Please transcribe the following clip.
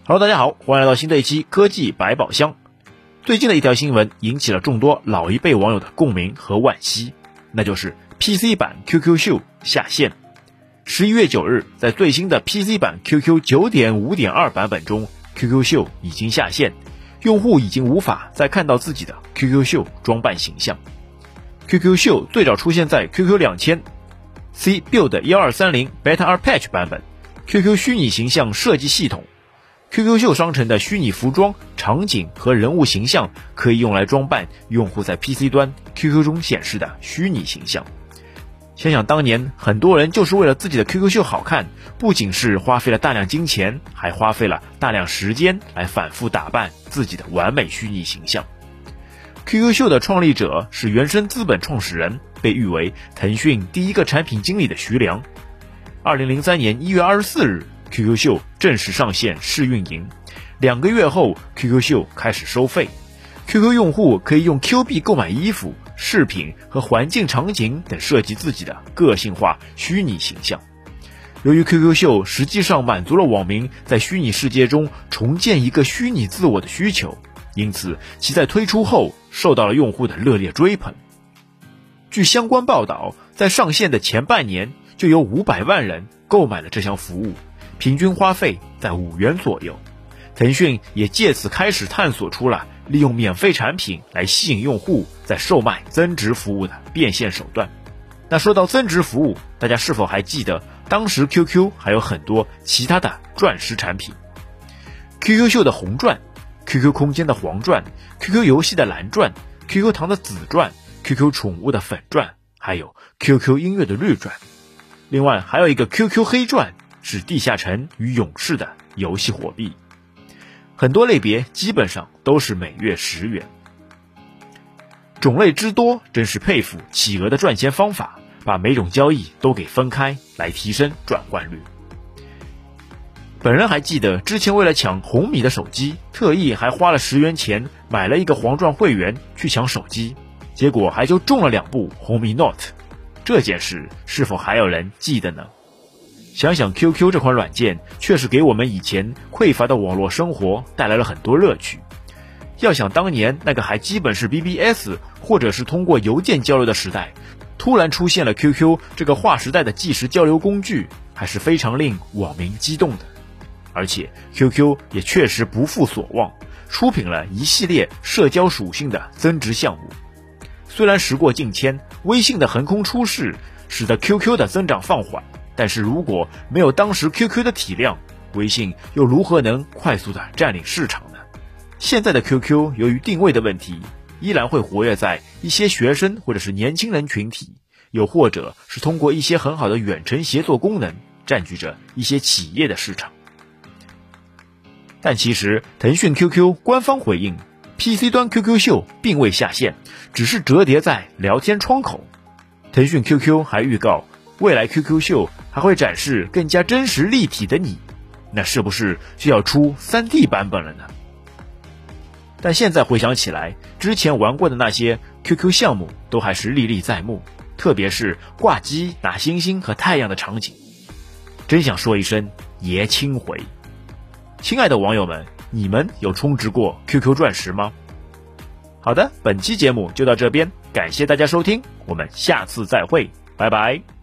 Hello， 大家好，欢迎来到新的一期科技百宝箱。最近的一条新闻引起了众多老一辈网友的共鸣和惋惜，那就是 PC 版 QQ 秀下线。11月9日，在最新的 PC 版 QQ 9.5.2 版本中， QQ 秀已经下线，用户已经无法再看到自己的 QQ 秀装扮形象。QQ 秀最早出现在 QQ 2000 C Build 1230 Beta 2 Patch 版本 QQ 虚拟形象设计系统。QQ 秀商城的虚拟服装、场景和人物形象可以用来装扮用户在 PC 端 QQ 中显示的虚拟形象。想想当年，很多人就是为了自己的 QQ 秀好看，不仅是花费了大量金钱，还花费了大量时间来反复打扮自己的完美虚拟形象。QQ 秀的创立者是原生资本创始人，被誉为腾讯第一个产品经理的徐良。2003年1月24日QQ 秀正式上线试运营，2个月后 QQ 秀开始收费。QQ 用户可以用 Q 币购买衣服、饰品和环境场景等设计自己的个性化虚拟形象。由于 QQ 秀实际上满足了网民在虚拟世界中重建一个虚拟自我的需求，因此其在推出后受到了用户的热烈追捧。据相关报道，在上线的前半年就有500万人购买了这项服务，平均花费在5元左右。腾讯也借此开始探索出了利用免费产品来吸引用户在售卖增值服务的变现手段。那说到增值服务，大家是否还记得当时 QQ 还有很多其他的钻石产品？ QQ 秀的红钻、 QQ 空间的黄钻、 QQ 游戏的蓝钻、 QQ 糖的紫钻、 QQ 宠物的粉钻，还有 QQ 音乐的绿钻。另外还有一个 QQ 黑钻，是地下城与勇士的游戏货币。很多类别基本上都是每月10元。种类之多，真是佩服企鹅的赚钱方法，把每种交易都给分开来提升转换率。本人还记得之前为了抢红米的手机，特意还花了10元钱买了一个黄钻会员去抢手机，结果还就中了2部红米 Note。 这件事是否还有人记得呢？想想 QQ 这款软件确实给我们以前匮乏的网络生活带来了很多乐趣。要想当年那个还基本是 BBS 或者是通过邮件交流的时代，突然出现了 QQ 这个划时代的即时交流工具，还是非常令网民激动的。而且 QQ 也确实不负所望，出品了一系列社交属性的增值项目。虽然时过境迁，微信的横空出世使得 QQ 的增长放缓，但是如果没有当时 QQ 的体量，微信又如何能快速的占领市场呢？现在的 QQ 由于定位的问题，依然会活跃在一些学生或者是年轻人群体，又或者是通过一些很好的远程协作功能占据着一些企业的市场。但其实腾讯 QQ 官方回应， PC 端 QQ 秀并未下线，只是折叠在聊天窗口。腾讯 QQ 还预告未来 QQ 秀还会展示更加真实立体的你，那是不是就要出 3D 版本了呢？但现在回想起来，之前玩过的那些 QQ 项目都还是历历在目，特别是挂机拿星星和太阳的场景，真想说一声爷青回。亲爱的网友们，你们有充值过 QQ 钻石吗？好的，本期节目就到这边，感谢大家收听，我们下次再会，拜拜。